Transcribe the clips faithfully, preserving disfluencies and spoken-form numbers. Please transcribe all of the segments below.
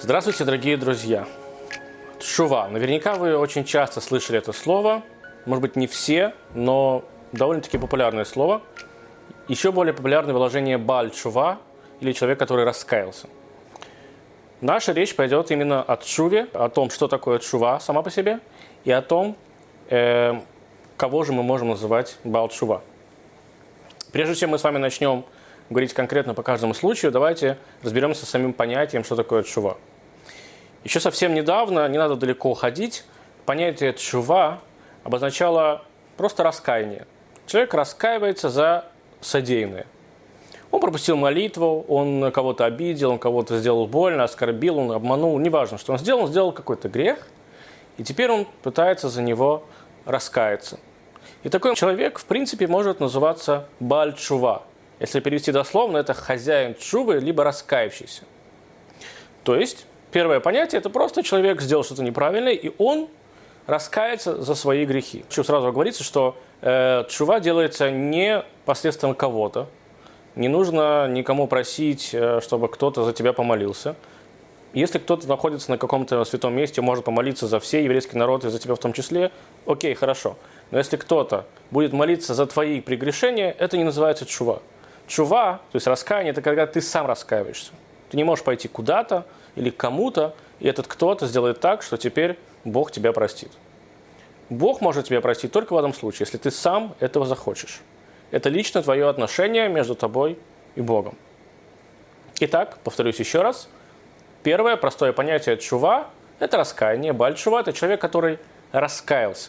Здравствуйте, дорогие друзья! Тшува. Наверняка вы очень часто слышали это слово. Может быть, не все, но довольно-таки популярное слово. Еще более популярное выражение «баль тшува» или «человек, который раскаялся». Наша речь пойдет именно о тшуве, о том, что такое тшува сама по себе, и о том, э, кого же мы можем называть баал тшува. Прежде чем мы с вами начнем говорить конкретно по каждому случаю, давайте разберемся с самим понятием, что такое тшува. Еще совсем недавно, не надо далеко ходить, понятие тшува обозначало просто раскаяние. Человек раскаивается за содеянное. Он пропустил молитву, он кого-то обидел, он кого-то сделал больно, оскорбил, он обманул, неважно, что он сделал, он сделал какой-то грех, и теперь он пытается за него раскаяться. И такой человек, в принципе, может называться бааль тшува. Если перевести дословно, это хозяин тшувы, либо раскаявшийся. То есть, первое понятие – это просто человек сделал что-то неправильное, и он раскается за свои грехи. Хочу сразу оговориться, что э, тшува делается не посредством кого-то. Не нужно никому просить, э, чтобы кто-то за тебя помолился. Если кто-то находится на каком-то святом месте, может помолиться за все еврейский народ и за тебя в том числе, окей, хорошо. Но если кто-то будет молиться за твои прегрешения, это не называется тшува. Тшува, то есть раскаяние, это когда ты сам раскаиваешься. Ты не можешь пойти куда-то или к кому-то, и этот кто-то сделает так, что теперь Бог тебя простит. Бог может тебя простить только в одном случае, если ты сам этого захочешь. Это лично твое отношение между тобой и Богом. Итак, повторюсь еще раз. Первое простое понятие тшува – это раскаяние. Бааль тшува – это человек, который раскаялся.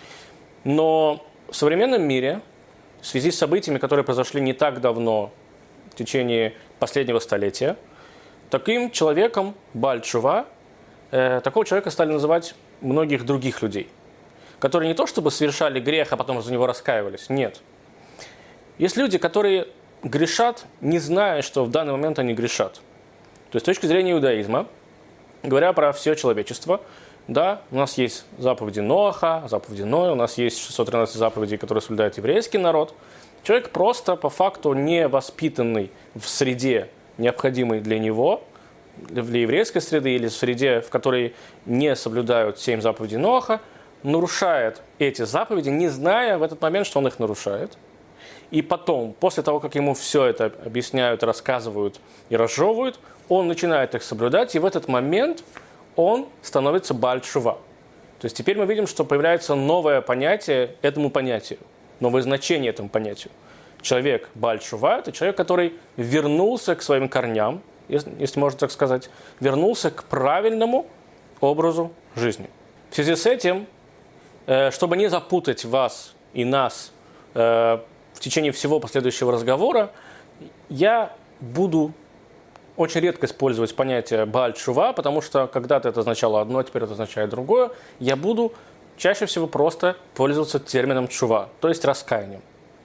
Но в современном мире, в связи с событиями, которые произошли не так давно, в течение последнего столетия, таким человеком, бааль тшува, э, такого человека стали называть многих других людей, которые не то чтобы совершали грех, а потом за него раскаивались. Нет. Есть люди, которые грешат, не зная, что в данный момент они грешат. То есть с точки зрения иудаизма, говоря про все человечество, да, у нас есть заповеди Ноаха, заповеди Ноя, у нас есть шестьсот тринадцать заповедей, которые соблюдает еврейский народ. Человек просто по факту не воспитанный в среде, необходимой для него, для еврейской среды или в среде, в которой не соблюдают семь заповедей Ноаха, нарушает эти заповеди, не зная в этот момент, что он их нарушает. И потом, после того, как ему все это объясняют, рассказывают и разжевывают, он начинает их соблюдать, и в этот момент он становится бааль тшува. То есть теперь мы видим, что появляется новое понятие этому понятию, новое значение этому понятию. Человек бааль тшува – это человек, который вернулся к своим корням, если можно так сказать, вернулся к правильному образу жизни. В связи с этим, чтобы не запутать вас и нас в течение всего последующего разговора, я буду очень редко использовать понятие бааль тшува, потому что когда-то это означало одно, а теперь это означает другое. Я буду чаще всего просто пользоваться термином тшува, то есть раскаянием.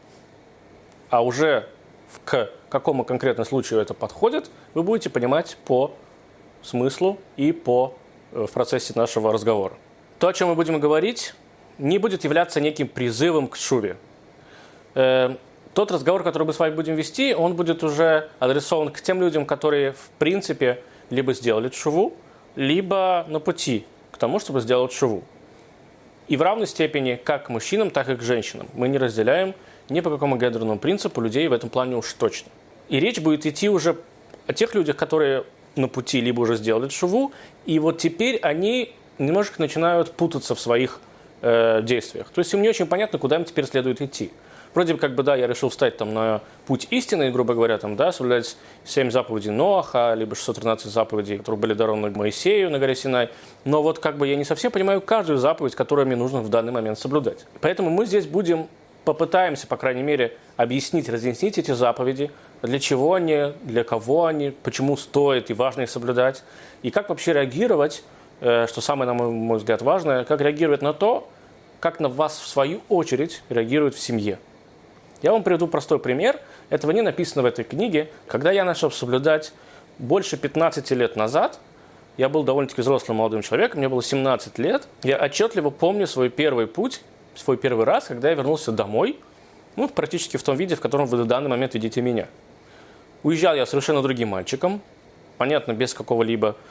А уже к какому конкретно случаю это подходит, вы будете понимать по смыслу и по, в процессе нашего разговора. То, о чем мы будем говорить, не будет являться неким призывом к тшуве. Тот разговор, который мы с вами будем вести, он будет уже адресован к тем людям, которые, в принципе, либо сделали тшуву, либо на пути к тому, чтобы сделать тшуву. И в равной степени как к мужчинам, так и к женщинам. Мы не разделяем ни по какому гендерному принципу людей в этом плане уж точно. И речь будет идти уже о тех людях, которые на пути либо уже сделали тшуву, и вот теперь они немножко начинают путаться в своих э, действиях. То есть им не очень понятно, куда им теперь следует идти. Вроде бы, как бы, да, я решил встать там на путь истины, грубо говоря, там, да, соблюдать семь заповедей Ноаха, либо шестьсот тринадцать заповедей, которые были даны Моисею на горе Синай. Но вот как бы я не совсем понимаю каждую заповедь, которую мне нужно в данный момент соблюдать. Поэтому мы здесь будем, попытаемся, по крайней мере, объяснить, разъяснить эти заповеди, для чего они, для кого они, почему стоит и важно их соблюдать, и как вообще реагировать, что самое, на мой взгляд, важное, как реагировать на то, как на вас, в свою очередь, реагируют в семье. Я вам приведу простой пример. Этого не написано в этой книге. Когда я начал соблюдать больше пятнадцати лет назад, я был довольно-таки взрослым молодым человеком, мне было семнадцать лет. Я отчетливо помню свой первый путь, свой первый раз, когда я вернулся домой, ну, практически в том виде, в котором вы в данный момент видите меня. Уезжал я совершенно другим мальчиком, понятно, без какого-либо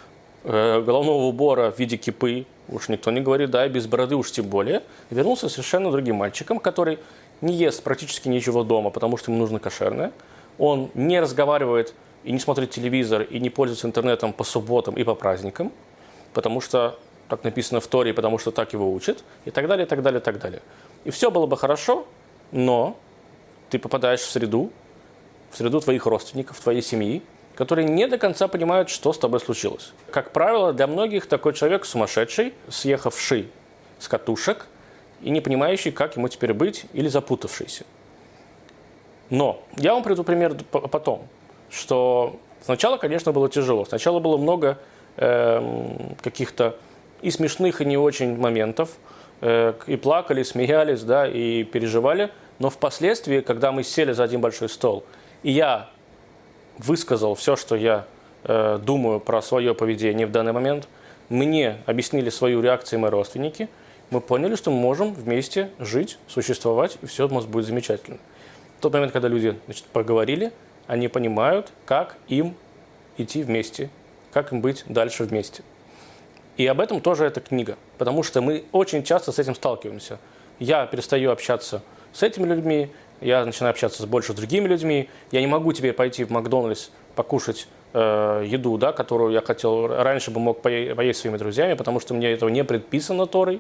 э, головного убора в виде кипы, уж никто не говорит, да, и без бороды уж тем более, вернулся совершенно другим мальчиком, который не ест практически ничего дома, потому что ему нужно кошерное. Он не разговаривает и не смотрит телевизор, и не пользуется интернетом по субботам и по праздникам, потому что так написано в Торе, потому что так его учат, и так далее, и так далее, и так далее. И все было бы хорошо, но ты попадаешь в среду, в среду твоих родственников, твоей семьи, которые не до конца понимают, что с тобой случилось. Как правило, для многих такой человек сумасшедший, съехавший с катушек и не понимающий, как ему теперь быть, или запутавшийся. Но я вам приведу пример потом, что сначала, конечно, было тяжело. Сначала было много э, каких-то и смешных, и не очень моментов. Э, и плакали, и смеялись, да, и переживали. Но впоследствии, когда мы сели за один большой стол, и я высказал все, что я э, думаю про свое поведение в данный момент, мне объяснили свою реакцию мои родственники, мы поняли, что мы можем вместе жить, существовать, и все у нас будет замечательно. В тот момент, когда люди, значит, поговорили, они понимают, как им идти вместе, как им быть дальше вместе. И об этом тоже эта книга, потому что мы очень часто с этим сталкиваемся. Я перестаю общаться с этими людьми, я начинаю общаться с больше с другими людьми, я не могу теперь пойти в Макдональдс покушать э, еду, да, которую я хотел, раньше бы мог поесть своими друзьями, потому что мне этого не предписано Торой,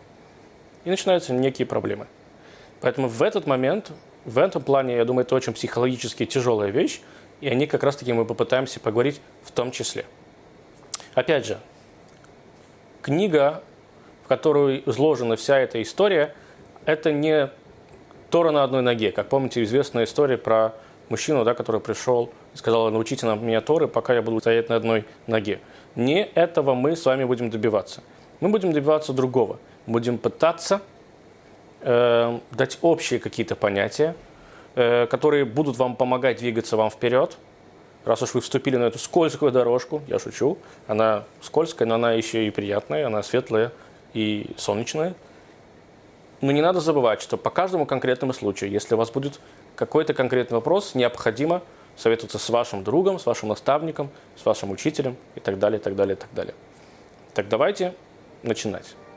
и начинаются некие проблемы. Поэтому в этот момент, в этом плане, я думаю, это очень психологически тяжелая вещь, и о ней как раз-таки мы попытаемся поговорить в том числе. Опять же, книга, в которой изложена вся эта история, это не Тора на одной ноге. Как помните, известная история про мужчину, да, который пришел и сказал: научите нам меня Торы, пока я буду стоять на одной ноге. Не этого мы с вами будем добиваться. Мы будем добиваться другого. Будем пытаться э, дать общие какие-то понятия, э, которые будут вам помогать двигаться вам вперед. Раз уж вы вступили на эту скользкую дорожку, я шучу, она скользкая, но она еще и приятная, она светлая и солнечная. Но не надо забывать, что по каждому конкретному случаю, если у вас будет какой-то конкретный вопрос, необходимо советоваться с вашим другом, с вашим наставником, с вашим учителем и так далее, и так далее, и так далее. Так давайте начинать.